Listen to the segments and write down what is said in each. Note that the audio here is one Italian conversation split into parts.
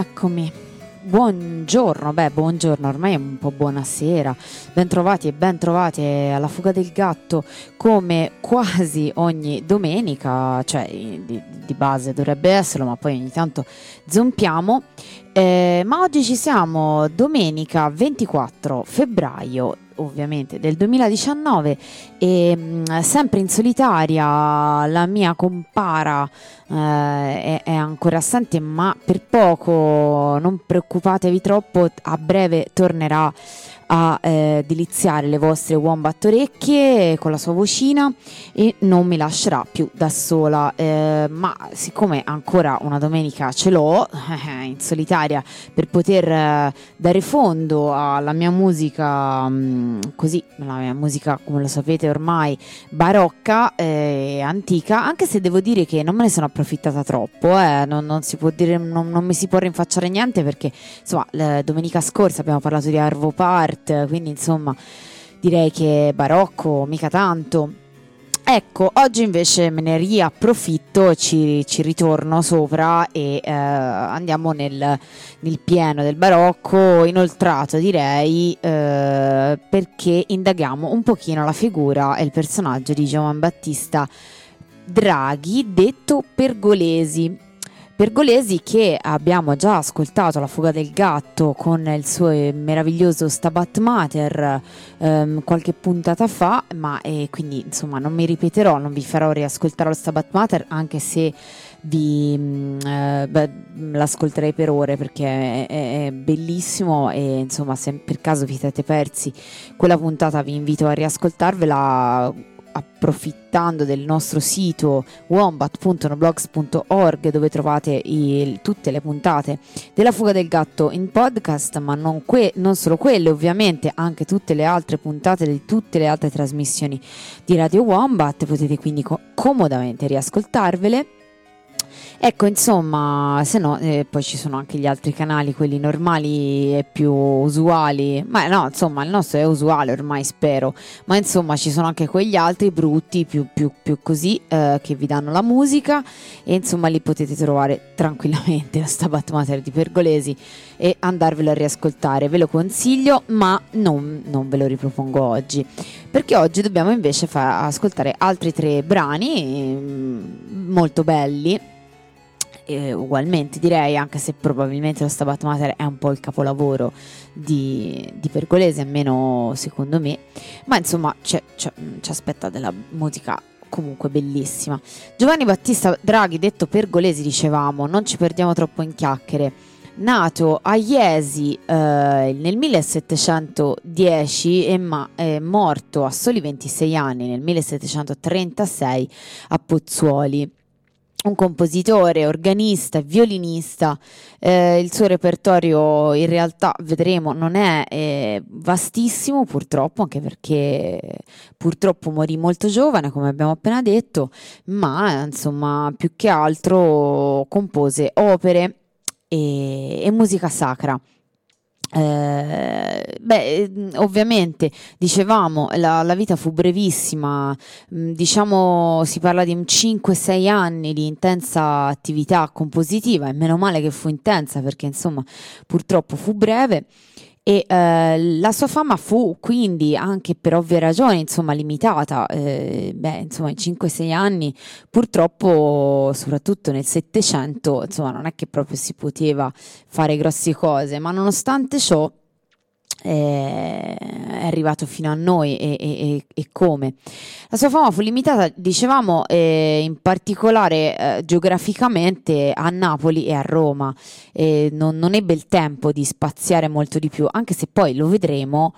Eccomi. Buongiorno, buongiorno, ormai è un po' buonasera. Bentrovati e bentrovate alla Fuga del Gatto, come quasi ogni domenica, cioè di base dovrebbe esserlo, ma poi ogni tanto zompiamo. Ma oggi ci siamo, domenica 24 febbraio, ovviamente del 2019, e sempre in solitaria la mia compara è ancora assente, ma per poco, non preoccupatevi troppo, a breve tornerà a deliziare le vostre wombat orecchie con la sua vocina e non mi lascerà più da sola, ma siccome ancora una domenica ce l'ho in solitaria per poter dare fondo alla mia musica, così, la mia musica, come lo sapete ormai, barocca e antica, anche se devo dire che non me ne sono approfittata troppo, non si può dire, non mi si può rinfacciare niente, perché insomma domenica scorsa abbiamo parlato di Arvo Part, quindi insomma direi che barocco mica tanto. Ecco, oggi invece me ne riapprofitto, ci ritorno sopra e andiamo nel pieno del barocco, inoltrato direi, perché indaghiamo un pochino la figura e il personaggio di Giovan Battista Draghi, detto Pergolesi. Pergolesi, che abbiamo già ascoltato alla Fuga del Gatto con il suo meraviglioso Stabat Mater qualche puntata fa, ma quindi insomma non mi ripeterò, non vi farò riascoltare lo Stabat Mater, anche se l'ascolterei per ore, perché è bellissimo, e insomma se per caso vi siete persi quella puntata vi invito a riascoltarvela, approfittando del nostro sito wombat.noblogs.org, dove trovate tutte le puntate della Fuga del Gatto in podcast, ma non solo quelle, ovviamente anche tutte le altre puntate di tutte le altre trasmissioni di Radio Wombat, potete quindi comodamente riascoltarvele. Ecco, insomma, se no, poi ci sono anche gli altri canali, quelli normali e più usuali, ma no, insomma, il nostro è usuale ormai, spero, ma insomma ci sono anche quegli altri brutti, più così, che vi danno la musica, e insomma li potete trovare tranquillamente a Stabat Mater di Pergolesi e andarvelo a riascoltare, ve lo consiglio, ma non ve lo ripropongo oggi, perché oggi dobbiamo invece ascoltare altri 3 brani molto belli. Ugualmente direi, anche se probabilmente lo Stabat Mater è un po' il capolavoro di Pergolesi, almeno secondo me, ma insomma ci aspetta della musica comunque bellissima. Giovanni Battista Draghi, detto Pergolesi, dicevamo, non ci perdiamo troppo in chiacchiere. Nato a Iesi nel 1710 e morto a soli 26 anni nel 1736 a Pozzuoli. Un compositore, organista, violinista, il suo repertorio in realtà, vedremo, non è vastissimo, purtroppo, anche perché purtroppo morì molto giovane, come abbiamo appena detto, ma insomma più che altro compose opere e musica sacra. Ovviamente dicevamo la vita fu brevissima, diciamo si parla di un 5-6 anni di intensa attività compositiva, e meno male che fu intensa, perché insomma purtroppo fu breve, e la sua fama fu quindi, anche per ovvie ragioni, insomma limitata. Insomma in 5-6 anni purtroppo, soprattutto nel Settecento, insomma non è che proprio si poteva fare grosse cose, ma nonostante ciò è arrivato fino a noi, e come. La sua fama fu limitata, dicevamo, in particolare geograficamente a Napoli e a Roma, non ebbe il tempo di spaziare molto di più, anche se poi lo vedremo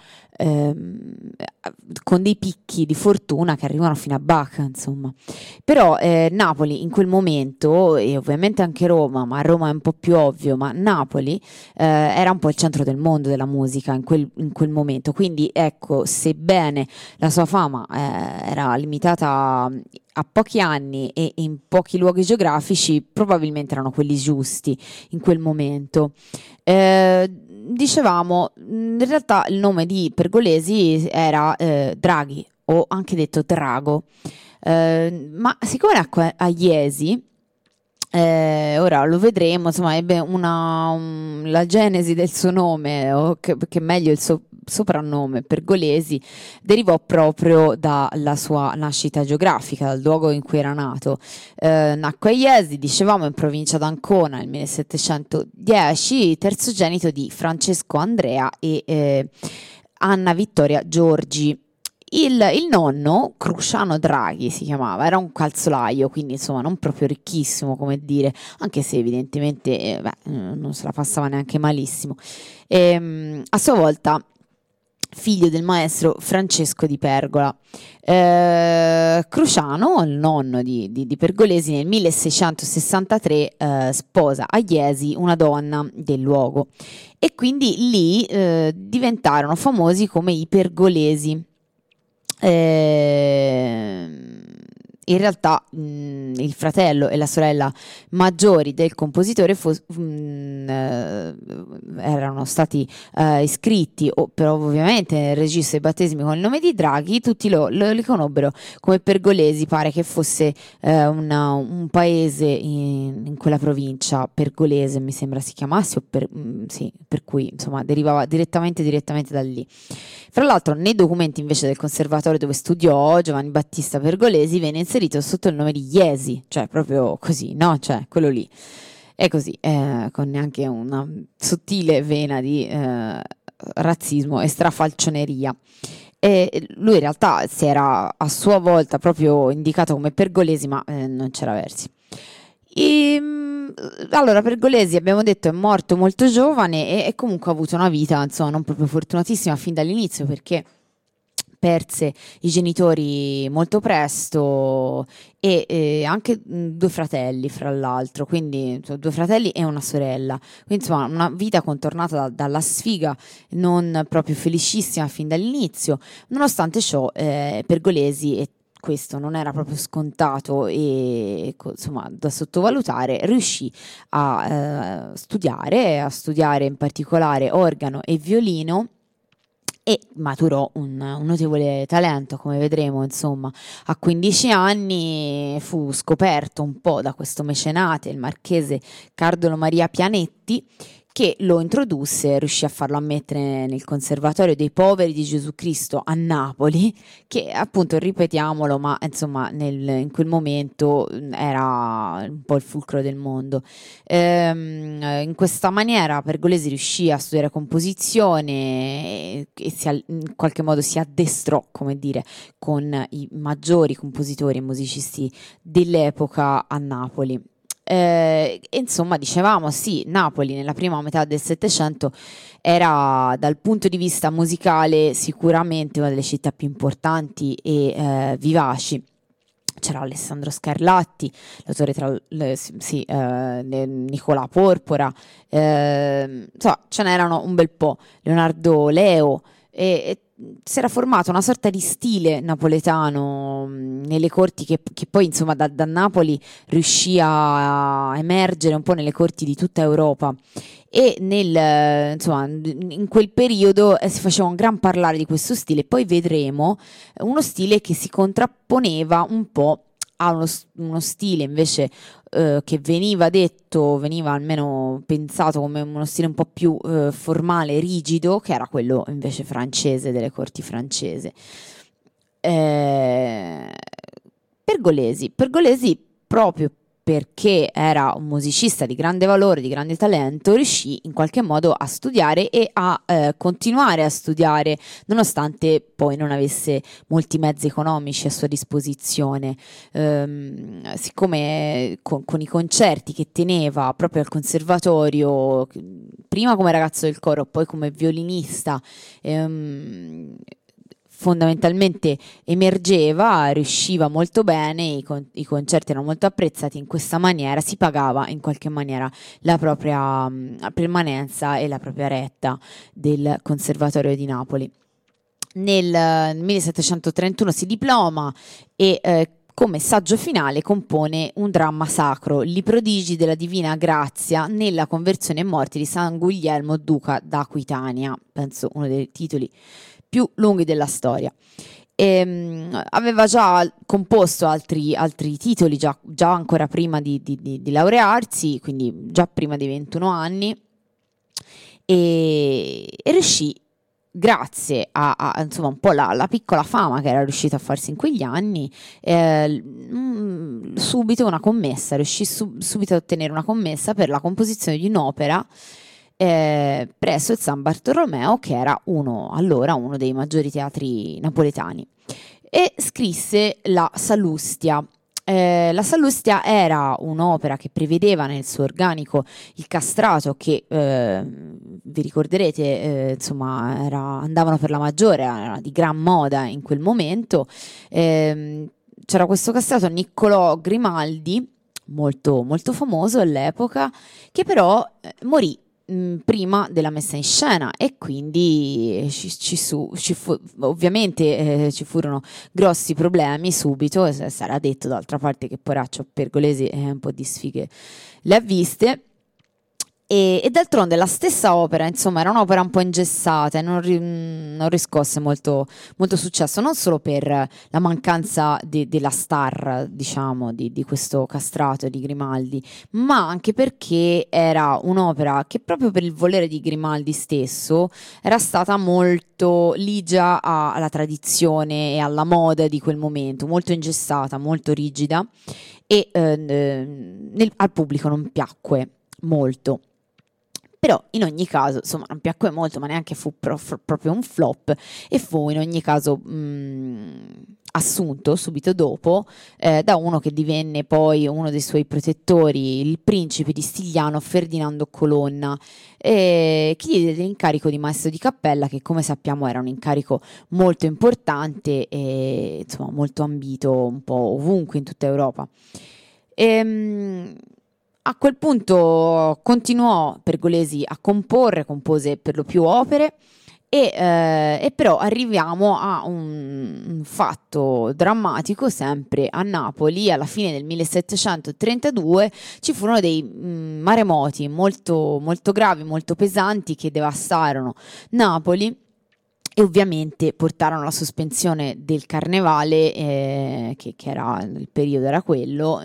con dei picchi di fortuna che arrivano fino a Bach, insomma. Però Napoli in quel momento, e ovviamente anche Roma, ma Roma è un po' più ovvio, ma Napoli era un po' il centro del mondo della musica in quel momento, quindi ecco, sebbene la sua fama era limitata a pochi anni e in pochi luoghi geografici, probabilmente erano quelli giusti in quel momento. Dicevamo, in realtà il nome di Pergolesi era Draghi, o anche detto Drago, ma siccome era a Iesi, Ora lo vedremo, insomma, ebbe la genesi del suo nome, o che meglio il suo soprannome Pergolesi, derivò proprio dalla sua nascita geografica, dal luogo in cui era nato. Nacque a Iesi, dicevamo, in provincia d'Ancona nel 1710, terzogenito di Francesco Andrea e Anna Vittoria Giorgi. Il nonno, Cruciano Draghi si chiamava, era un calzolaio, quindi insomma non proprio ricchissimo, come dire, anche se evidentemente non se la passava neanche malissimo. A sua volta figlio del maestro Francesco di Pergola. Cruciano, il nonno di Pergolesi, nel 1663 sposa a Iesi una donna del luogo e quindi lì diventarono famosi come i Pergolesi. In realtà il fratello e la sorella maggiori del compositore erano stati iscritti, però ovviamente nel registro dei battesimi con il nome di Draghi, tutti li conobbero come Pergolesi. Pare che fosse un paese in quella provincia, Pergolese mi sembra si chiamasse, sì, per cui insomma derivava direttamente da lì. Fra l'altro nei documenti invece del conservatorio dove studiò, Giovanni Battista Pergolesi venne inserito sotto il nome di Iesi, cioè proprio così, no? Cioè quello lì. È così, con neanche una sottile vena di razzismo e strafalcioneria. E lui in realtà si era a sua volta proprio indicato come Pergolesi, ma non c'era versi. Allora, Pergolesi abbiamo detto è morto molto giovane e comunque ha avuto una vita insomma non proprio fortunatissima fin dall'inizio, perché perse i genitori molto presto e anche due fratelli, fra l'altro, quindi due fratelli e una sorella. Quindi insomma una vita contornata dalla sfiga, non proprio felicissima fin dall'inizio. Nonostante ciò, Pergolesi, e questo non era proprio scontato e insomma da sottovalutare, riuscì a studiare in particolare organo e violino e maturò un notevole talento, come vedremo. Insomma, a 15 anni fu scoperto un po' da questo mecenate, il marchese Cardolo Maria Pianetti, che lo introdusse, riuscì a farlo ammettere nel Conservatorio dei Poveri di Gesù Cristo a Napoli, che appunto, ripetiamolo, ma insomma in quel momento era un po' il fulcro del mondo. In questa maniera Pergolesi riuscì a studiare composizione e in qualche modo si addestrò, come dire, con i maggiori compositori e musicisti dell'epoca a Napoli. Insomma, dicevamo, sì, Napoli nella prima metà del Settecento era dal punto di vista musicale sicuramente una delle città più importanti e vivaci. C'era Alessandro Scarlatti, l'autore Nicola Porpora, insomma, ce n'erano un bel po', Leonardo Leo, e si era formato una sorta di stile napoletano nelle corti che poi insomma da Napoli riuscì a emergere un po' nelle corti di tutta Europa e insomma, in quel periodo si faceva un gran parlare di questo stile. Poi vedremo uno stile che si contrapponeva un po' a uno stile invece che veniva almeno pensato come uno stile un po' più formale, rigido, che era quello invece francese, delle corti francese. Pergolesi proprio perché era un musicista di grande valore, di grande talento, riuscì in qualche modo a studiare e a continuare a studiare, nonostante poi non avesse molti mezzi economici a sua disposizione. Siccome con i concerti che teneva proprio al conservatorio, prima come ragazzo del coro, poi come violinista, fondamentalmente emergeva, riusciva molto bene, i concerti erano molto apprezzati. In questa maniera si pagava in qualche maniera la propria permanenza e la propria retta del Conservatorio di Napoli. Nel 1731 si diploma e come saggio finale compone un dramma sacro, Li prodigi della Divina Grazia nella conversione e morte di San Guglielmo, duca d'Aquitania, penso uno dei titoli più lunghi della storia. Aveva già composto altri titoli, già ancora prima di laurearsi, quindi già prima dei 21 anni, e riuscì, grazie insomma un po' la piccola fama che era riuscita a farsi in quegli anni, subito una commessa, riuscì subito ad ottenere una commessa per la composizione di un'opera presso il San Bartolomeo, che era allora uno dei maggiori teatri napoletani, e scrisse la Sallustia. La Sallustia era un'opera che prevedeva nel suo organico il castrato, che vi ricorderete, insomma, andavano per la maggiore, era di gran moda in quel momento. C'era questo castrato Niccolò Grimaldi, molto, molto famoso all'epoca, che però morì prima della messa in scena, e quindi ovviamente ci furono grossi problemi subito. Sarà detto d'altra parte che poraccio Pergolesi un po' di sfighe le ha viste. E d'altronde la stessa opera, insomma, era un'opera un po' ingessata e non riscosse molto, molto successo, non solo per la mancanza della star, diciamo, di questo castrato di Grimaldi, ma anche perché era un'opera che, proprio per il volere di Grimaldi stesso, era stata molto ligia alla tradizione e alla moda di quel momento, molto ingessata, molto rigida, e al pubblico non piacque molto. Però in ogni caso, insomma, non piacque molto, ma neanche fu proprio un flop, e fu in ogni caso assunto subito dopo da uno che divenne poi uno dei suoi protettori, il principe di Stigliano Ferdinando Colonna, che gli diede l'incarico di maestro di cappella, che come sappiamo era un incarico molto importante e insomma molto ambito un po' ovunque in tutta Europa. A quel punto continuò Pergolesi a compose per lo più opere, e però arriviamo a un fatto drammatico sempre a Napoli. Alla fine del 1732 ci furono dei maremoti molto, molto gravi, molto pesanti, che devastarono Napoli e ovviamente portarono alla sospensione del carnevale, che era il periodo era quello,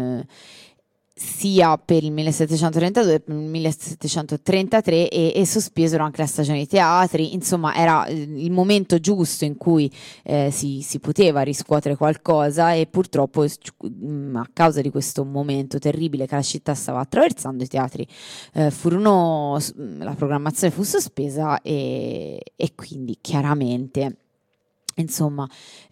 sia per il 1732 che per il 1733, e sospesero anche la stagione dei teatri. Insomma, era il momento giusto in cui si poteva riscuotere qualcosa, e purtroppo a causa di questo momento terribile che la città stava attraversando, i teatri la programmazione fu sospesa, e quindi chiaramente, insomma,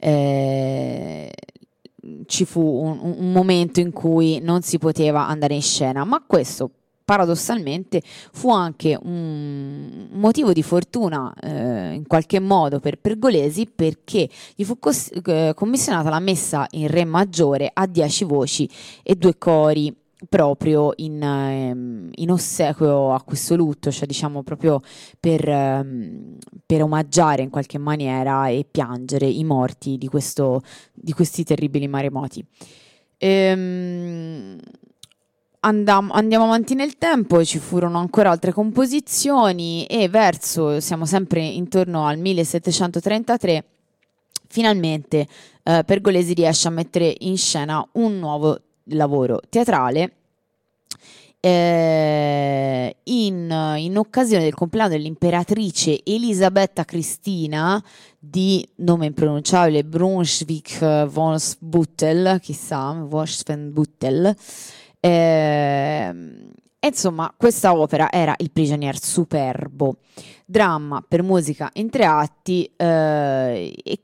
ci fu un momento in cui non si poteva andare in scena, ma questo paradossalmente fu anche un motivo di fortuna in qualche modo per Pergolesi, perché gli fu commissionata la messa in re maggiore a 10 voci e 2 cori, proprio in ossequio a questo lutto, cioè diciamo proprio per omaggiare in qualche maniera e piangere i morti di questi terribili maremoti. Andiamo avanti nel tempo, ci furono ancora altre composizioni, e siamo sempre intorno al 1733, finalmente Pergolesi riesce a mettere in scena un nuovo lavoro teatrale in occasione del compleanno dell'imperatrice Elisabetta Cristina di nome impronunciabile Brunswick-Wolfsbüttel, chissà, Wolfsbüttel. Insomma, questa opera era Il prigionier superbo, dramma per musica in 3 atti, e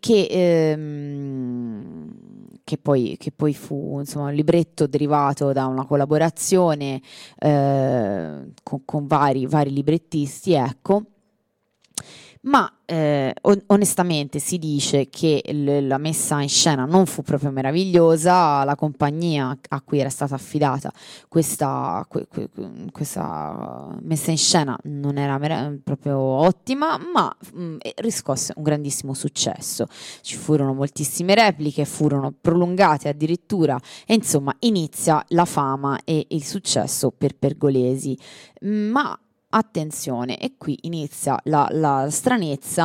che poi fu, insomma, un libretto derivato da una collaborazione con vari librettisti, ecco. Ma onestamente si dice che la messa in scena non fu proprio meravigliosa. La compagnia a cui era stata affidata questa messa in scena non era proprio ottima, ma riscosse un grandissimo successo. Ci furono moltissime repliche, furono prolungate addirittura, e insomma inizia la fama e il successo per Pergolesi. Ma attenzione, e qui inizia la stranezza.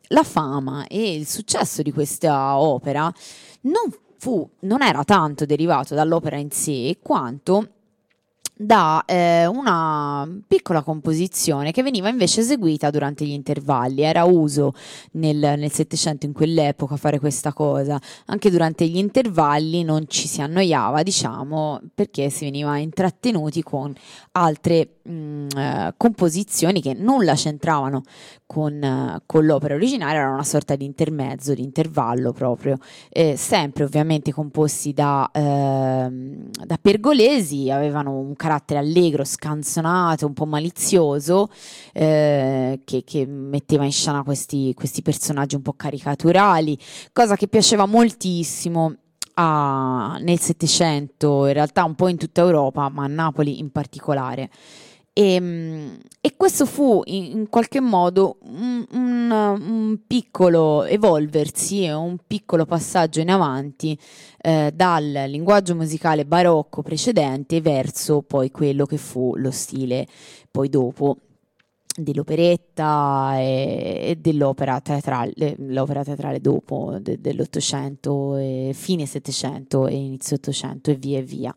la fama e il successo di questa opera non era tanto derivato dall'opera in sé, quanto da una piccola composizione che veniva invece eseguita durante gli intervalli. Era uso nel Settecento, in quell'epoca, fare questa cosa. Anche durante gli intervalli non ci si annoiava, diciamo, perché si veniva intrattenuti con altre composizioni che nulla c'entravano con l'opera originaria. Era una sorta di intermezzo, di intervallo proprio, sempre ovviamente composti da Pergolesi. Avevano un carattere allegro, scanzonato, un po' malizioso, che metteva in scena questi personaggi un po' caricaturali, cosa che piaceva moltissimo nel Settecento, in realtà un po' in tutta Europa, ma a Napoli in particolare. E questo fu in qualche modo un piccolo evolversi e un piccolo passaggio in avanti dal linguaggio musicale barocco precedente verso poi quello che fu lo stile poi dopo dell'operetta e dell'opera teatrale, l'opera teatrale dopo dell'Ottocento, fine Settecento e inizio Ottocento e via e via.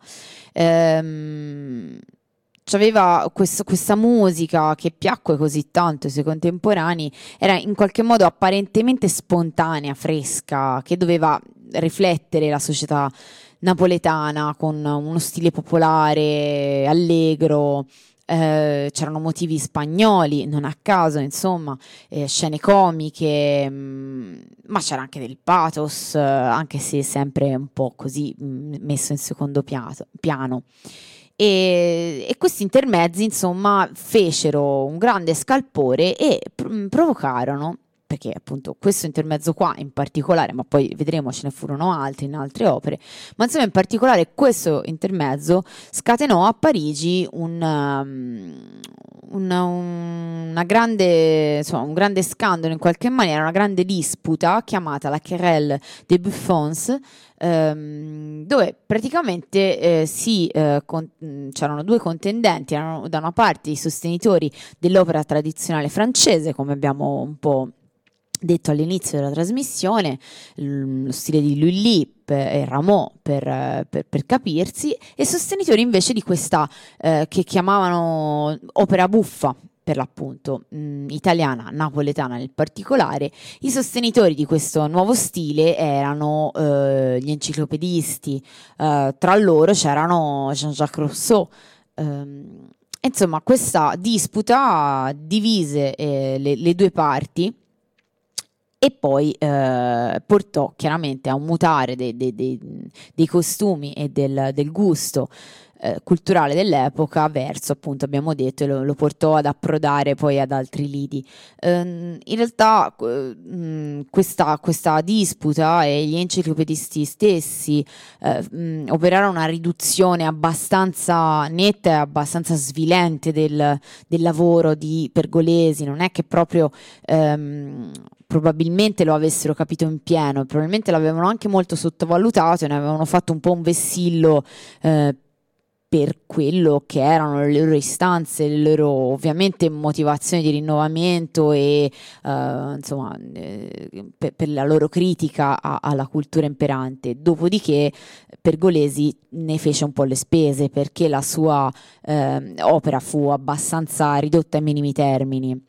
C'aveva questa musica che piacque così tanto ai suoi contemporanei, era in qualche modo apparentemente spontanea, fresca, che doveva riflettere la società napoletana con uno stile popolare, allegro. C'erano motivi spagnoli, non a caso, insomma, scene comiche, ma c'era anche del pathos, anche se sempre un po' così messo in secondo piano. E questi intermezzi, insomma, fecero un grande scalpore e provocarono, perché appunto questo intermezzo qua in particolare, ma poi vedremo ce ne furono altri in altre opere, ma insomma in particolare questo intermezzo scatenò a Parigi una grande, insomma, un grande scandalo in qualche maniera, una grande disputa chiamata la Querelle des Buffons, dove praticamente c'erano due contendenti. Erano da una parte i sostenitori dell'opera tradizionale francese, come abbiamo un po' detto all'inizio della trasmissione, lo stile di Lully e Rameau per capirsi, e sostenitori invece di questa che chiamavano opera buffa, per l'appunto, italiana, napoletana nel particolare. I sostenitori di questo nuovo stile erano gli enciclopedisti, tra loro c'erano Jean-Jacques Rousseau. Insomma, questa disputa divise le due parti e poi portò chiaramente a un mutare dei costumi e del gusto culturale dell'epoca verso, appunto, abbiamo detto, lo portò ad approdare poi ad altri lidi. In realtà questa disputa e gli enciclopedisti stessi operarono una riduzione abbastanza netta e abbastanza svilente del lavoro di Pergolesi. Non è che proprio probabilmente lo avessero capito in pieno, probabilmente l'avevano anche molto sottovalutato e ne avevano fatto un po' un vessillo per quello che erano le loro istanze, le loro ovviamente motivazioni di rinnovamento e insomma per la loro critica alla cultura imperante. Dopodiché Pergolesi ne fece un po' le spese, perché la sua opera fu abbastanza ridotta ai minimi termini.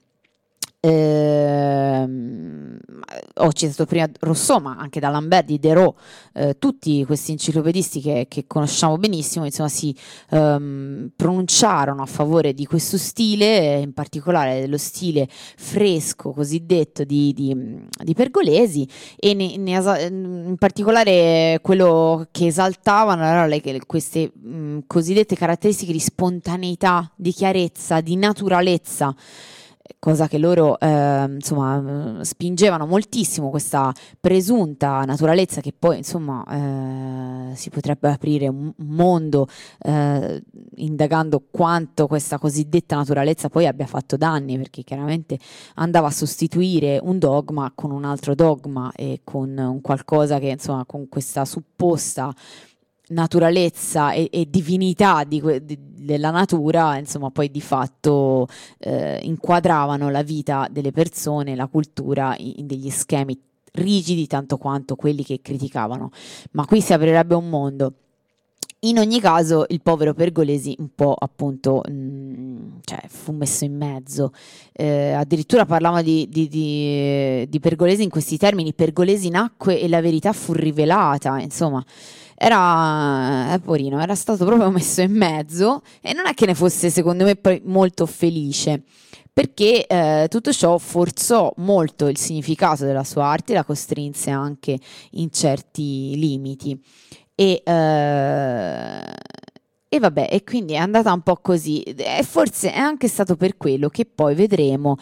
Ho citato prima Rousseau, ma anche d'Alembert, Diderot, tutti questi enciclopedisti che conosciamo benissimo, insomma, si pronunciarono a favore di questo stile, in particolare dello stile fresco cosiddetto di Pergolesi, e in particolare quello che esaltavano erano queste cosiddette caratteristiche di spontaneità, di chiarezza, di naturalezza, cosa che loro insomma spingevano moltissimo, questa presunta naturalezza, che poi insomma si potrebbe aprire un mondo indagando quanto questa cosiddetta naturalezza poi abbia fatto danni, perché chiaramente andava a sostituire un dogma con un altro dogma e con un qualcosa che insomma con questa supposta naturalezza e divinità della natura, insomma, poi di fatto inquadravano la vita delle persone, la cultura in degli schemi rigidi tanto quanto quelli che criticavano. Ma qui si aprirebbe un mondo. In ogni caso, il povero Pergolesi un po' appunto, cioè, fu messo in mezzo. Addirittura parlavano di Pergolesi in questi termini: Pergolesi nacque e la verità fu rivelata. Insomma, era, poverino, era stato proprio messo in mezzo, e non è che ne fosse, secondo me, poi molto felice. Perché tutto ciò forzò molto il significato della sua arte, la costrinse anche in certi limiti. E, e vabbè, e quindi è andata un po' così. E forse è anche stato per quello che poi vedremo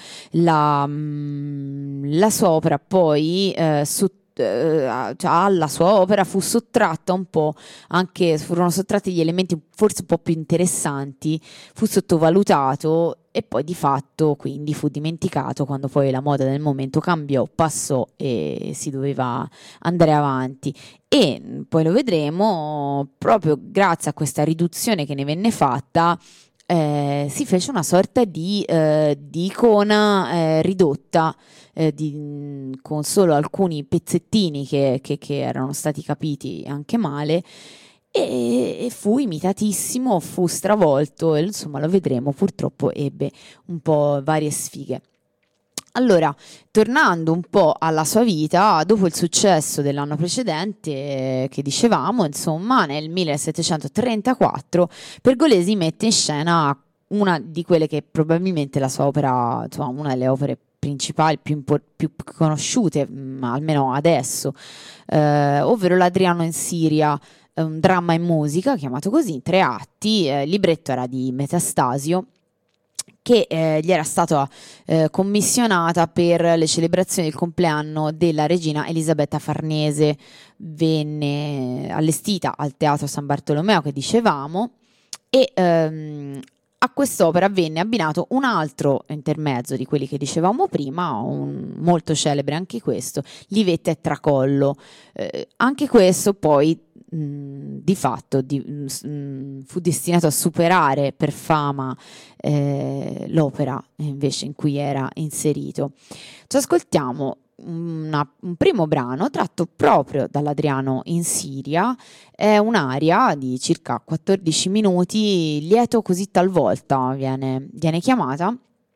la sua opera poi cioè alla sua opera fu sottratta un po', anche furono sottratti gli elementi forse un po' più interessanti, fu sottovalutato e poi di fatto quindi fu dimenticato quando poi la moda del momento cambiò, passò e si doveva andare avanti. E poi lo vedremo, proprio grazie a questa riduzione che ne venne fatta, si fece una sorta di icona ridotta, con solo alcuni pezzettini che erano stati capiti anche male, e fu imitatissimo, fu stravolto, e insomma lo vedremo, purtroppo ebbe un po' varie sfighe. Allora, tornando un po' alla sua vita, dopo il successo dell'anno precedente, che dicevamo, insomma, nel 1734, Pergolesi mette in scena una di quelle che probabilmente la sua opera, insomma, una delle opere principali, più conosciute, almeno adesso, ovvero l'Adriano in Siria, un dramma in musica, chiamato così, in 3 atti. Il libretto era di Metastasio, che gli era stata commissionata per le celebrazioni del compleanno della regina Elisabetta Farnese. Venne allestita al Teatro San Bartolomeo, che dicevamo, e a quest'opera venne abbinato un altro intermezzo di quelli che dicevamo prima, molto celebre anche questo, Livetta e Tracollo. Anche questo poi di fatto fu destinato a superare per fama l'opera invece in cui era inserito. Ci ascoltiamo un primo brano tratto proprio dall'Adriano in Siria. È un'aria di circa 14 minuti, lieto così talvolta viene chiamata,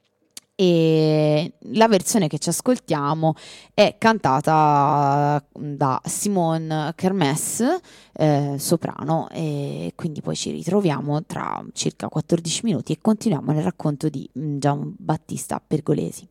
e la versione che ci ascoltiamo è cantata da Simone Kermès, soprano, e quindi poi ci ritroviamo tra circa 14 minuti e continuiamo nel racconto di Giambattista Pergolesi.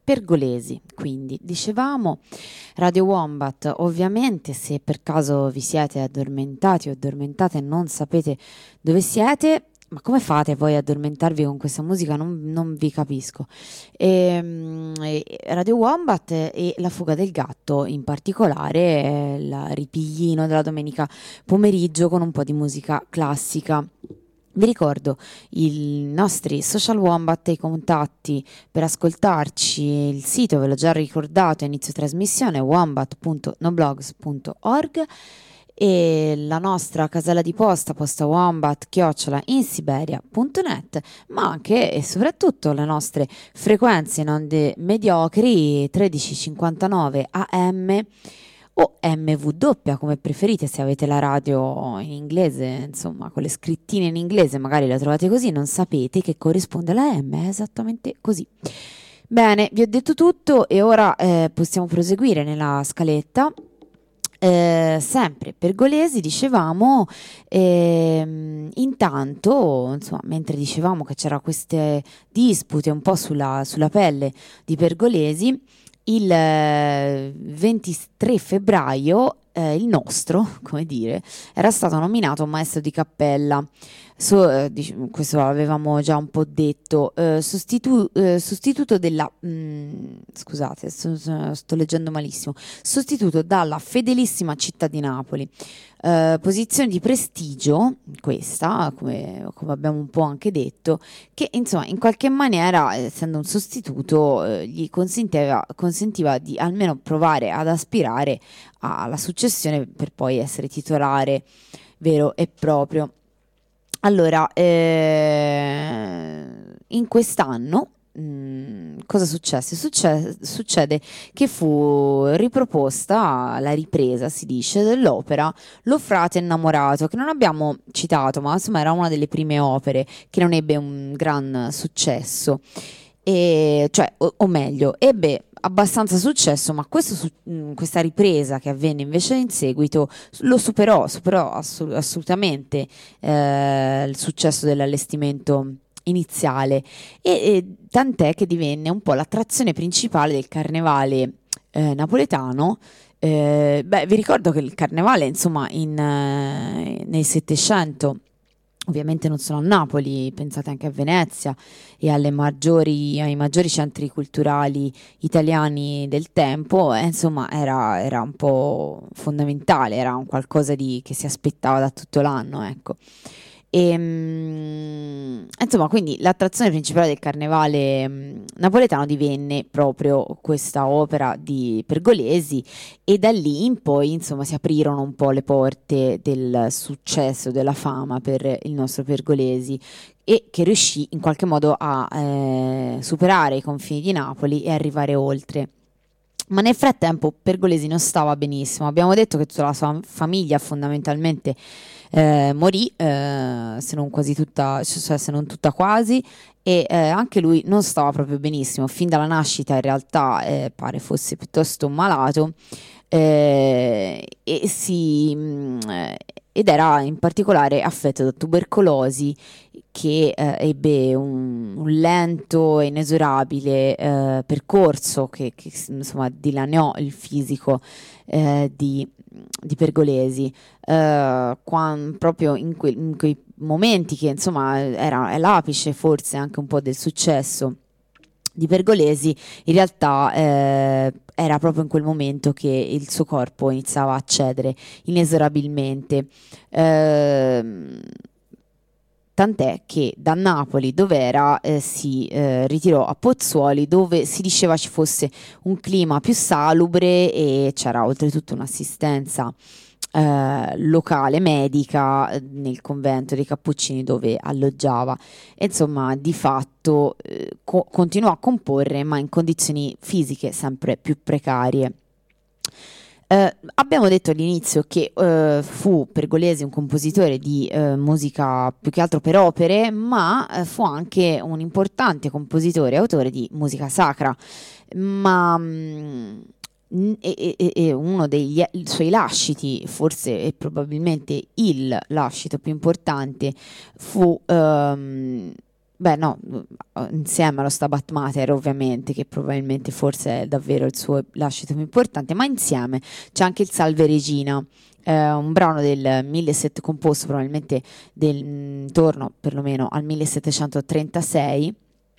Pergolesi, quindi dicevamo Radio Wombat. Ovviamente, se per caso vi siete addormentati o addormentate e non sapete dove siete, ma come fate poi ad addormentarvi con questa musica? Non vi capisco. Radio Wombat e La fuga del gatto, in particolare, il ripiglino della domenica pomeriggio con un po' di musica classica. Vi ricordo i nostri social Wombat e i contatti per ascoltarci, il sito ve l'ho già ricordato a inizio trasmissione, wombat.noblogs.org, e la nostra casella di posta, posta wombat@insiberia.net, ma anche e soprattutto le nostre frequenze in onde mediocri 1359 AM o MW, come preferite, se avete la radio in inglese, insomma, con le scrittine in inglese, magari la trovate così, non sapete che corrisponde alla M, è esattamente così. Bene, vi ho detto tutto e ora possiamo proseguire nella scaletta. Sempre pergolesi, dicevamo, intanto, insomma, mentre dicevamo che c'era queste dispute un po' sulla pelle di Pergolesi, il 23 febbraio il nostro, come dire, era stato nominato maestro di cappella. Questo l'avevamo già un po' detto, sostituto della scusate, sto leggendo malissimo, sostituto dalla fedelissima città di Napoli. Posizione di prestigio questa, come abbiamo un po' anche detto, che insomma in qualche maniera, essendo un sostituto, gli consentiva di almeno provare ad aspirare alla successione per poi essere titolare vero e proprio. Allora, in quest'anno cosa successe? Succede che fu riproposta la ripresa, si dice, dell'opera Lo frate innamorato, che non abbiamo citato, ma insomma era una delle prime opere che non ebbe un gran successo, o meglio, ebbe abbastanza successo, ma questa ripresa che avvenne invece in seguito lo superò assolutamente il successo dell'allestimento iniziale, e tant'è che divenne un po' l'attrazione principale del carnevale napoletano. Vi ricordo che il carnevale, insomma, nel Settecento, ovviamente non solo a Napoli, pensate anche a Venezia e ai maggiori centri culturali italiani del tempo, insomma era un po' fondamentale, era un qualcosa che si aspettava da tutto l'anno, ecco. Insomma, quindi l'attrazione principale del carnevale napoletano divenne proprio questa opera di Pergolesi, e da lì in poi, insomma, si aprirono un po' le porte del successo, della fama per il nostro Pergolesi, e che riuscì in qualche modo a superare i confini di Napoli e arrivare oltre. Ma nel frattempo Pergolesi non stava benissimo. Abbiamo detto che tutta la sua famiglia fondamentalmente morì, se non quasi tutta, cioè se non tutta quasi, e anche lui non stava proprio benissimo. Fin dalla nascita in realtà pare fosse piuttosto malato, ed era in particolare affetto da tubercolosi, che ebbe un lento e inesorabile percorso che insomma dilaneò il fisico di Pergolesi, proprio in quei momenti che insomma è l'apice forse anche un po' del successo di Pergolesi. In realtà era proprio in quel momento che il suo corpo iniziava a cedere inesorabilmente, tant'è che da Napoli, dove era, si ritirò a Pozzuoli, dove si diceva ci fosse un clima più salubre e c'era oltretutto un'assistenza locale medica nel convento dei Cappuccini dove alloggiava. E, insomma, di fatto continuò a comporre, ma in condizioni fisiche sempre più precarie. Abbiamo detto all'inizio che fu Pergolesi un compositore di musica più che altro per opere, ma fu anche un importante compositore e autore di musica sacra. Ma e uno dei suoi lasciti, forse e probabilmente il lascito più importante, fu beh no, insieme allo Stabat Mater ovviamente, che probabilmente forse è davvero il suo lascito più importante, ma insieme c'è anche il Salve Regina, un brano del 1700 composto probabilmente intorno perlomeno al 1736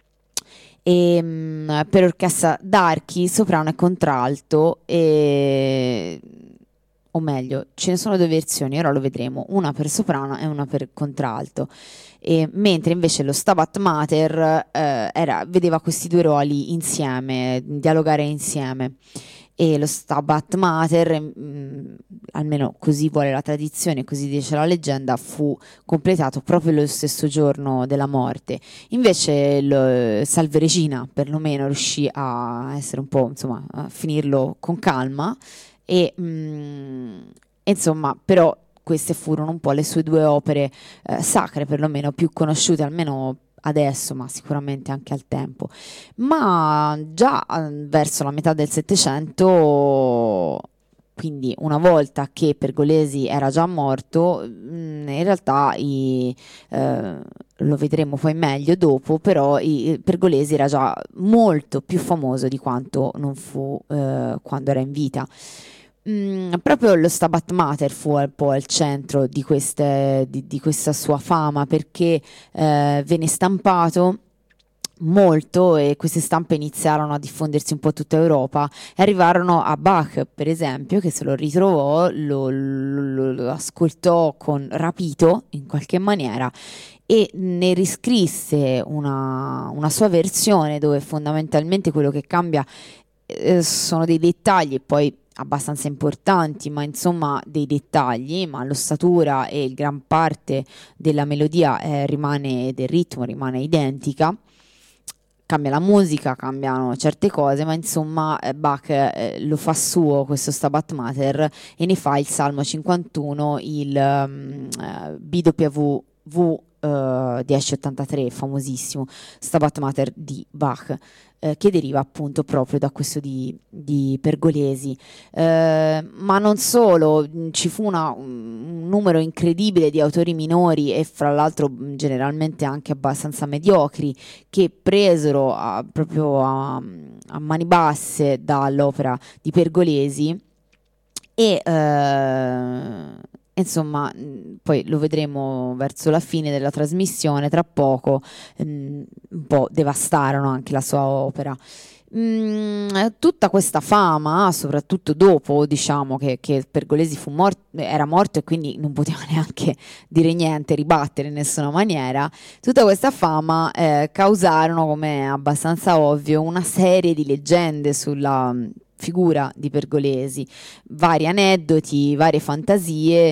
per orchestra d'archi, soprano e contralto, o meglio, ce ne sono due versioni, ora lo vedremo, una per soprano e una per contralto. Mentre invece lo Stabat Mater vedeva questi due ruoli insieme, dialogare insieme. E lo Stabat Mater, almeno così vuole la tradizione, così dice la leggenda, fu completato proprio lo stesso giorno della morte. Invece il Salve Regina perlomeno riuscì a essere un po', insomma, a finirlo con calma e insomma, però queste furono un po' le sue due opere sacre, perlomeno più conosciute, almeno adesso, ma sicuramente anche al tempo. Ma già verso la metà del Settecento, quindi una volta che Pergolesi era già morto, in realtà lo vedremo poi meglio dopo, però Pergolesi era già molto più famoso di quanto non fu quando era in vita. Proprio lo Stabat Mater fu un po' al centro di questa sua fama perché venne stampato molto e queste stampe iniziarono a diffondersi un po' tutta Europa e arrivarono a Bach, per esempio, che se lo ritrovò, lo ascoltò rapito in qualche maniera e ne riscrisse una sua versione dove fondamentalmente quello che cambia sono dei dettagli poi abbastanza importanti, ma insomma dei dettagli, ma l'ossatura e gran parte della melodia rimane, del ritmo rimane identica. Cambia la musica, cambiano certe cose, ma insomma Bach lo fa suo questo Stabat Mater e ne fa il Salmo 51, il BWV 1083, famosissimo Stabat Mater di Bach, che deriva appunto proprio da questo di Pergolesi. Ma non solo, ci fu un numero incredibile di autori minori e fra l'altro generalmente anche abbastanza mediocri che presero proprio a mani basse dall'opera di Pergolesi e insomma, poi lo vedremo verso la fine della trasmissione, tra poco, un po' devastarono anche la sua opera. Tutta questa fama, soprattutto dopo, diciamo che Pergolesi era morto e quindi non poteva neanche dire niente, ribattere in nessuna maniera, tutta questa fama causarono, come è abbastanza ovvio, una serie di leggende sulla figura di Pergolesi, vari aneddoti, varie fantasie,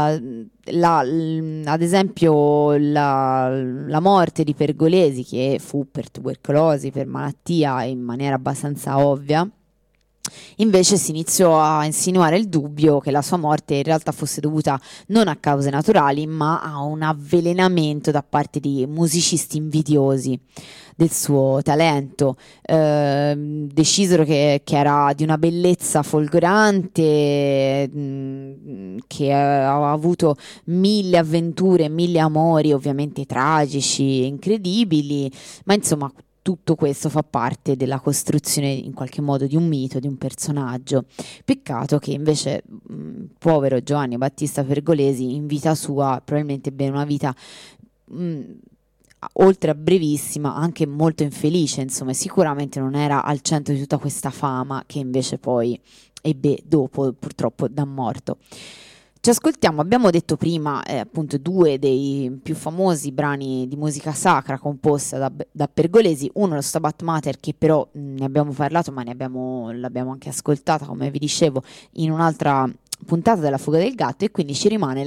ad esempio la morte di Pergolesi, che fu per tubercolosi, per malattia in maniera abbastanza ovvia. Invece si iniziò a insinuare il dubbio che la sua morte in realtà fosse dovuta non a cause naturali, ma a un avvelenamento da parte di musicisti invidiosi del suo talento. Decisero che era di una bellezza folgorante, che aveva avuto 1000 avventure, 1000 amori, ovviamente tragici, incredibili, ma insomma tutto questo fa parte della costruzione in qualche modo di un mito, di un personaggio. Peccato che invece povero Giovanni Battista Pergolesi in vita sua probabilmente ebbe una vita oltre a brevissima anche molto infelice, insomma sicuramente non era al centro di tutta questa fama che invece poi ebbe dopo purtroppo da morto. Ci ascoltiamo, abbiamo detto prima appunto due dei più famosi brani di musica sacra composta da Pergolesi, uno lo Stabat Mater che però ne abbiamo parlato ma l'abbiamo anche ascoltata come vi dicevo in un'altra puntata della Fuga del Gatto e quindi ci rimane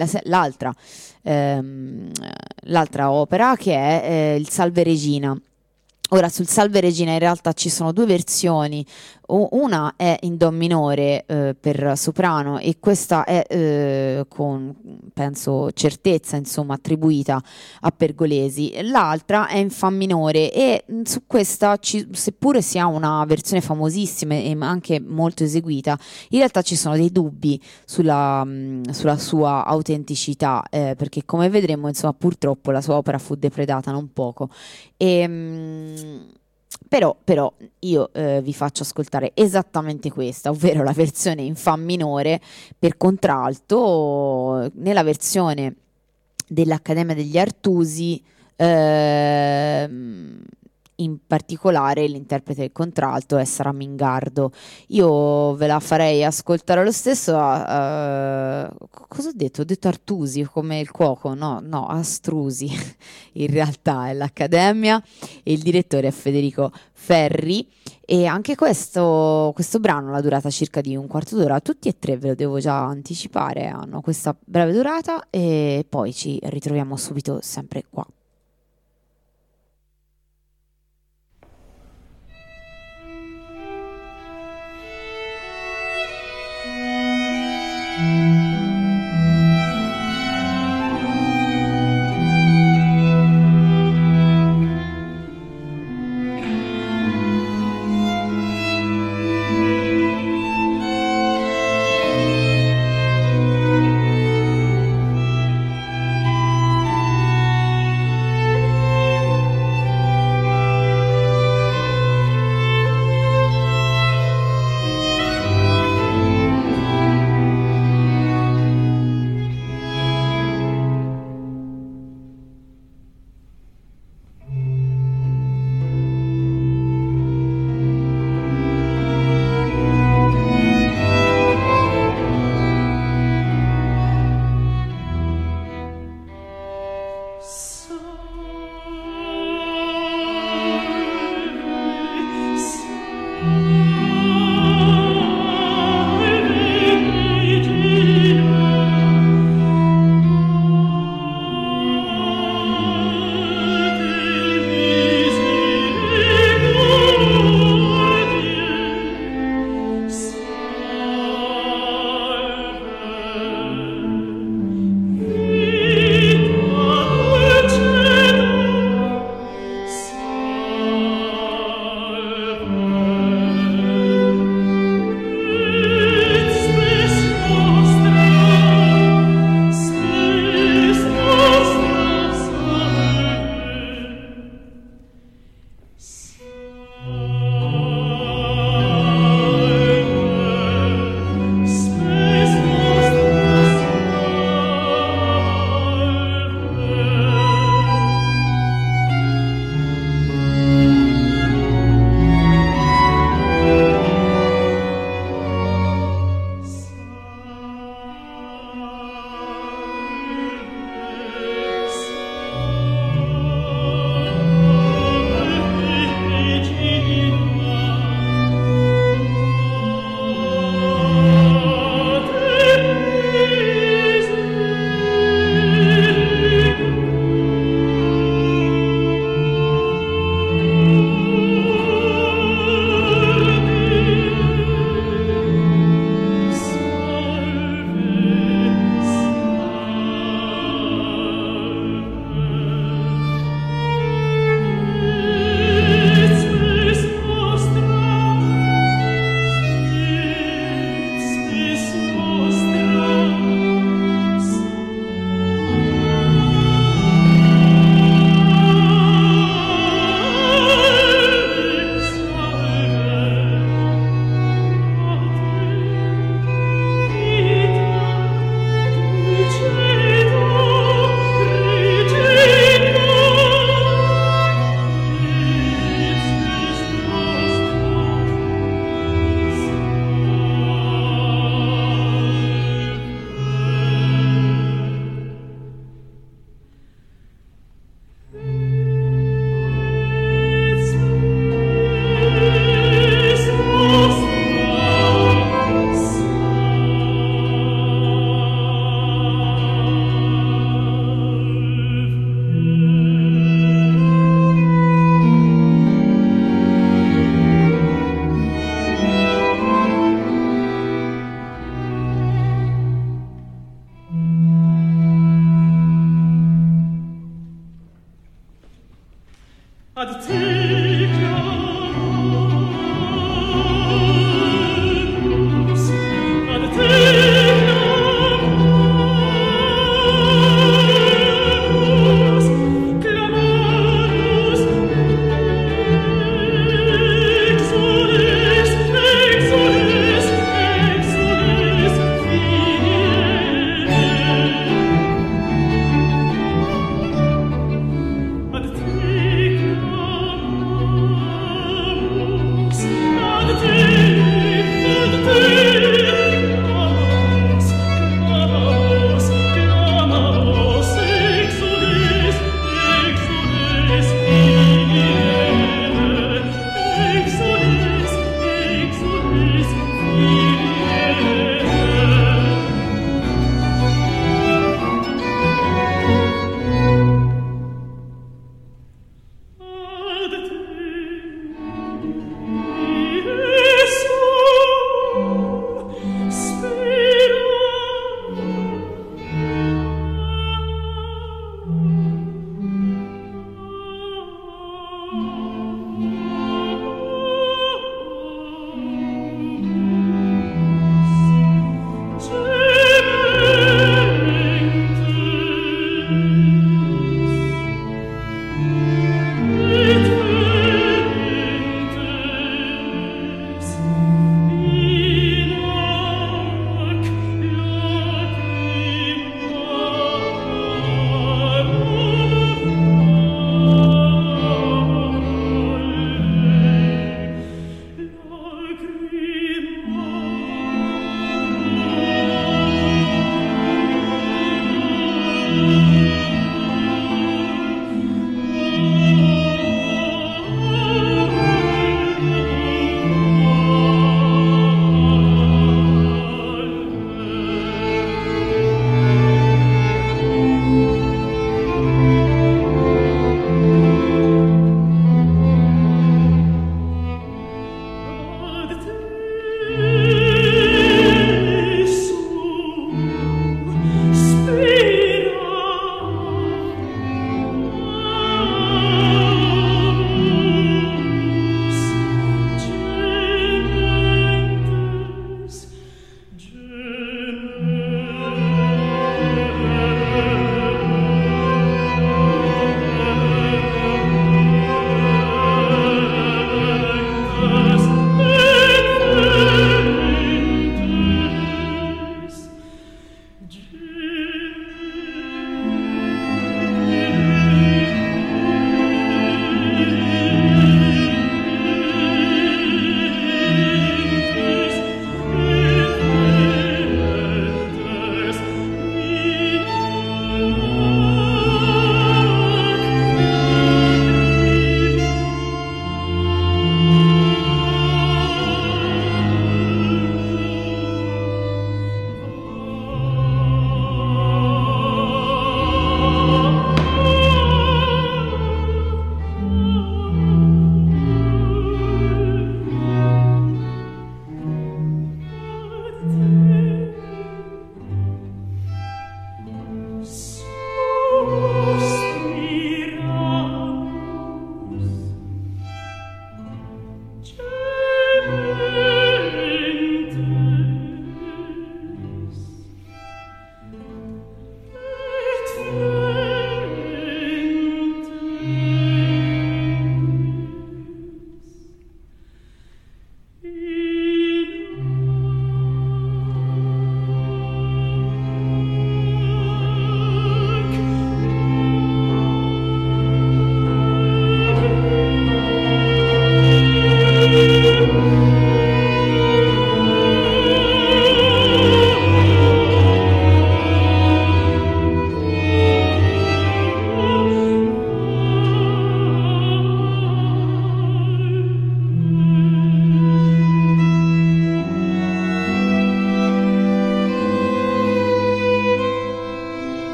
l'altra opera che è il Salve Regina. Ora sul Salve Regina in realtà ci sono due versioni, Una è in do minore per soprano e questa è con, penso, certezza, insomma, attribuita a Pergolesi. L'altra è in fa minore e su questa, seppure sia una versione famosissima e anche molto eseguita, in realtà ci sono dei dubbi sulla sua autenticità, perché come vedremo, insomma, purtroppo la sua opera fu depredata non poco. Però io vi faccio ascoltare esattamente questa, ovvero la versione in fa minore per contralto, nella versione dell'Accademia degli Artusi, in particolare l'interprete del contralto è Sara Mingardo. Io ve la farei ascoltare lo stesso. Cosa ho detto? Ho detto Artusi come il cuoco? No, no, Astrusi. In realtà è l'Accademia e il direttore è Federico Ferri. E anche questo brano ha la durata circa di un quarto d'ora. Tutti e tre, ve lo devo già anticipare, hanno questa breve durata e poi ci ritroviamo subito sempre qua.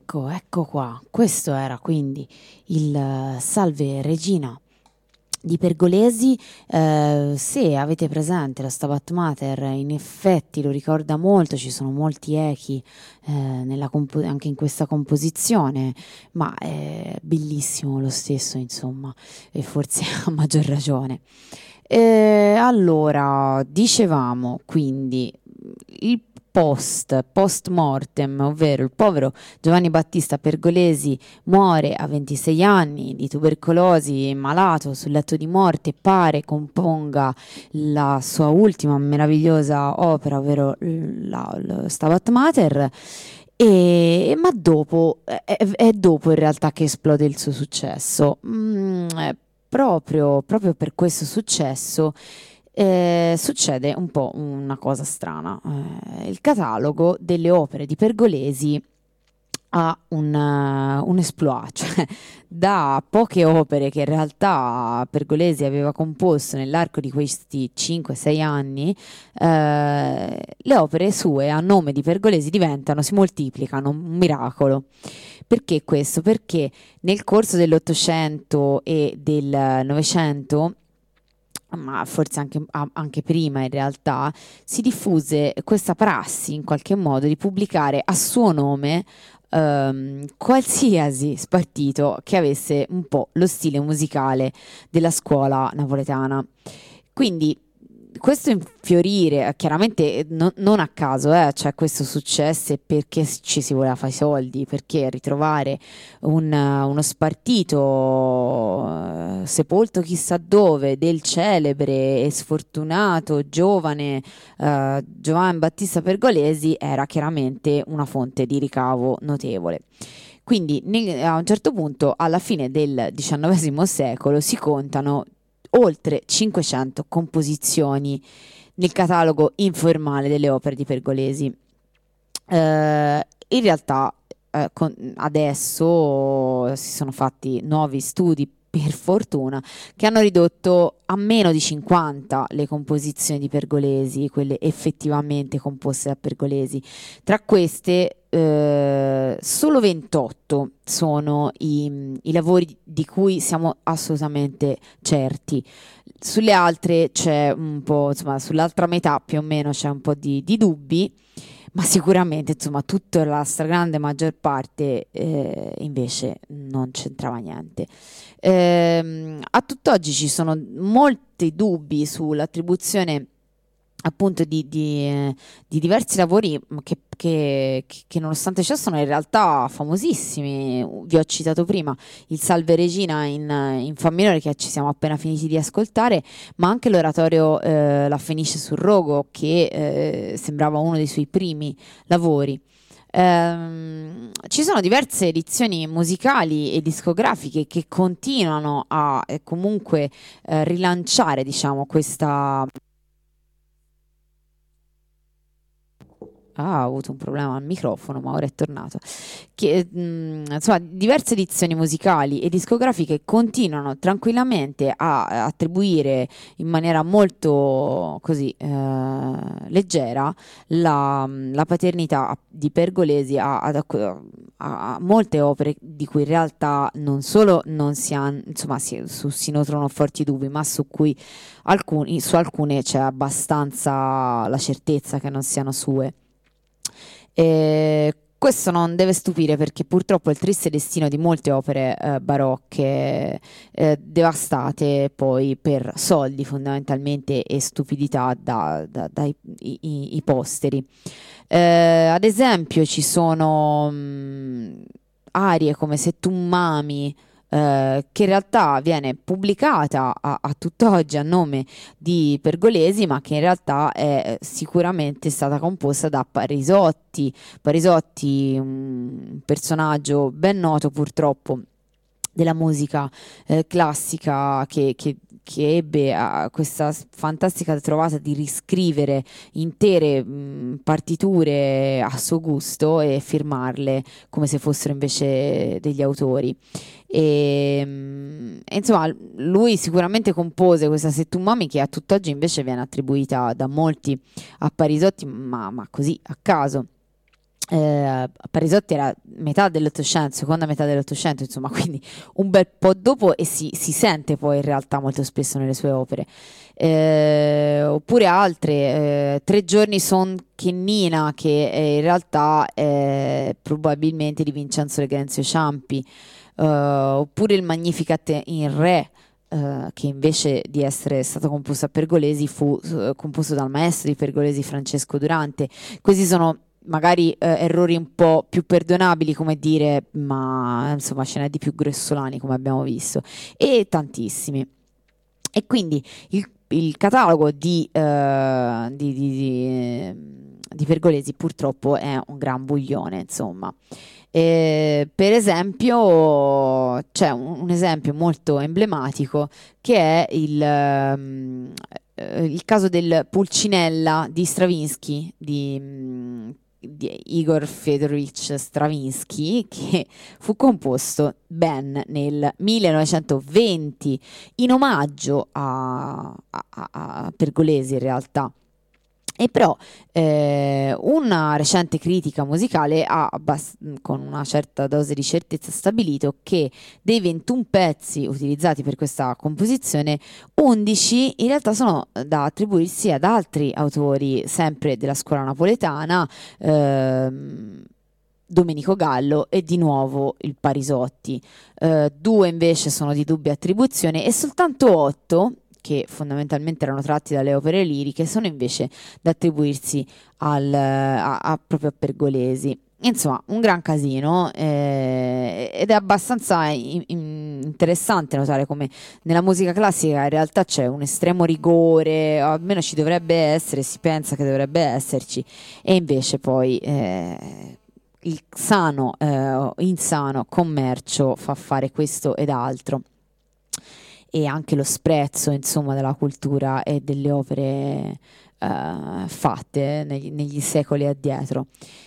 ecco qua. Questo era quindi il Salve Regina di Pergolesi. Se avete presente lo Stabat Mater, in effetti lo ricorda molto, ci sono molti echi anche in questa composizione, ma è bellissimo lo stesso, insomma, e forse a maggior ragione. Allora, dicevamo quindi il post mortem, ovvero il povero Giovanni Battista Pergolesi muore a 26 anni di tubercolosi, malato sul letto di morte, pare componga la sua ultima meravigliosa opera, ovvero lo Stabat Mater. Ma dopo è dopo in realtà che esplode il suo successo. Proprio per questo successo succede un po' una cosa strana. Il catalogo delle opere di Pergolesi ha un exploit, cioè da poche opere che in realtà Pergolesi aveva composto nell'arco di questi 5-6 anni, le opere sue a nome di Pergolesi si moltiplicano, un miracolo. Perché questo? Perché nel corso dell'Ottocento e del Novecento, ma forse anche prima in realtà, si diffuse questa prassi in qualche modo di pubblicare a suo nome qualsiasi spartito che avesse un po' lo stile musicale della scuola napoletana. Quindi questo infiorire, chiaramente non a caso, cioè questo successe perché ci si voleva fare i soldi, perché ritrovare uno spartito sepolto chissà dove del celebre e sfortunato giovane Giovanni Battista Pergolesi era chiaramente una fonte di ricavo notevole. Quindi a un certo punto, alla fine del XIX secolo, si contano oltre 500 composizioni nel catalogo informale delle opere di Pergolesi. In realtà adesso si sono fatti nuovi studi, per fortuna, che hanno ridotto a meno di 50 le composizioni di Pergolesi, quelle effettivamente composte da Pergolesi. Tra queste solo 28 sono i lavori di cui siamo assolutamente certi. Sulle altre c'è un po', insomma, sull'altra metà più o meno c'è un po' di dubbi, ma sicuramente, insomma, tutta la stragrande maggior parte invece non c'entrava niente. A tutt'oggi ci sono molti dubbi sull'attribuzione appunto di diversi lavori che nonostante ciò sono in realtà famosissimi. Vi ho citato prima il Salve Regina in fa minore che ci siamo appena finiti di ascoltare, ma anche l'oratorio La Fenice sul Rogo, che sembrava uno dei suoi primi lavori. Ci sono diverse edizioni musicali e discografiche che continuano a comunque rilanciare, diciamo, questa. Ha avuto un problema al microfono, ma ora è tornato. Insomma, diverse edizioni musicali e discografiche continuano tranquillamente a attribuire in maniera molto così leggera la paternità di Pergolesi a molte opere di cui in realtà non solo non si hanno, insomma, si nutrono forti dubbi, ma su alcune c'è abbastanza la certezza che non siano sue. Questo non deve stupire, perché purtroppo è il triste destino di molte opere barocche devastate poi per soldi fondamentalmente e stupidità dai i posteri. Ad esempio ci sono arie come Se tu m'ami, che in realtà viene pubblicata a tutt'oggi a nome di Pergolesi, ma che in realtà è sicuramente stata composta da Parisotti. Parisotti, un personaggio ben noto purtroppo della musica classica, che ebbe questa fantastica trovata di riscrivere intere partiture a suo gusto e firmarle come se fossero invece degli autori. Insomma, lui sicuramente compose questa Se tu m'ami, che a tutt'oggi invece viene attribuita da molti a Parisotti, ma così a caso. Parisotti era metà dell'Ottocento, seconda metà dell'Ottocento, insomma, quindi un bel po' dopo, e si sente poi in realtà molto spesso nelle sue opere. Oppure altre, Tre giorni son che Nina, che in realtà è probabilmente di Vincenzo Legrenzio Ciampi, oppure il Magnificat in Re, che invece di essere stato composto a Pergolesi fu composto dal maestro di Pergolesi Francesco Durante. Questi sono magari errori un po' più perdonabili, come dire, ma insomma ce n'è di più grossolani, come abbiamo visto, e tantissimi. E quindi il catalogo di Pergolesi purtroppo è un gran buglione, insomma. Per esempio, c'è un esempio molto emblematico, che è il caso del Pulcinella di Stravinsky, di Igor Fedorovich Stravinsky, che fu composto ben nel 1920 in omaggio a Pergolesi, in realtà. E però una recente critica musicale ha, con una certa dose di certezza, stabilito che dei 21 pezzi utilizzati per questa composizione, 11 in realtà sono da attribuirsi ad altri autori, sempre della scuola napoletana, Domenico Gallo e di nuovo il Parisotti. Due invece sono di dubbia attribuzione, e soltanto 8, che fondamentalmente erano tratti dalle opere liriche, sono invece da attribuirsi proprio a Pergolesi. Insomma, un gran casino, ed è abbastanza interessante notare come nella musica classica in realtà c'è un estremo rigore, o almeno ci dovrebbe essere, si pensa che dovrebbe esserci, e invece poi il sano, insano commercio fa fare questo ed altro, e anche lo sprezzo, insomma, della cultura e delle opere fatte negli secoli addietro.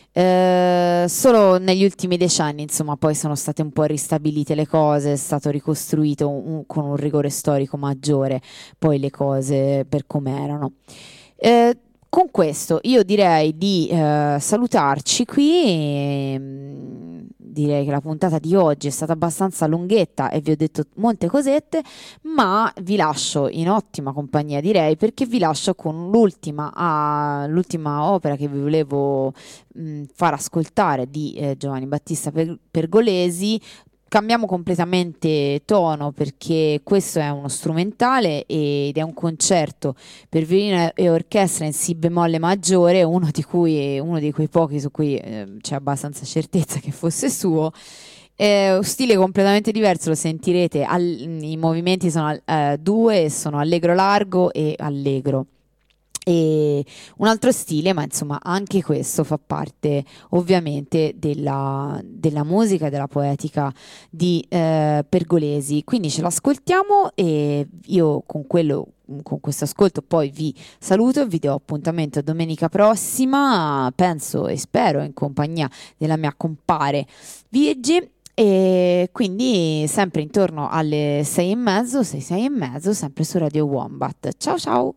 Solo negli ultimi decenni, insomma, poi sono state un po' ristabilite le cose, è stato ricostruito con un rigore storico maggiore poi le cose per come erano. Con questo io direi di salutarci qui. Direi che la puntata di oggi è stata abbastanza lunghetta e vi ho detto molte cosette, ma vi lascio in ottima compagnia, direi, perché vi lascio con l'ultima opera che vi volevo far ascoltare di Giovanni Battista Pergolesi. Cambiamo completamente tono, perché questo è uno strumentale ed è un concerto per violino e orchestra in si bemolle maggiore, uno dei quei pochi su cui c'è abbastanza certezza che fosse suo. Un stile completamente diverso, lo sentirete, i movimenti sono due, sono allegro largo e allegro. E un altro stile, ma insomma anche questo fa parte ovviamente della musica e della poetica di Pergolesi. Quindi ce l'ascoltiamo, e io con questo ascolto poi vi saluto e vi do appuntamento a domenica prossima, penso e spero in compagnia della mia compare Virgi. E quindi sempre intorno alle 6:30, 6:30, sempre su Radio Wombat. Ciao ciao!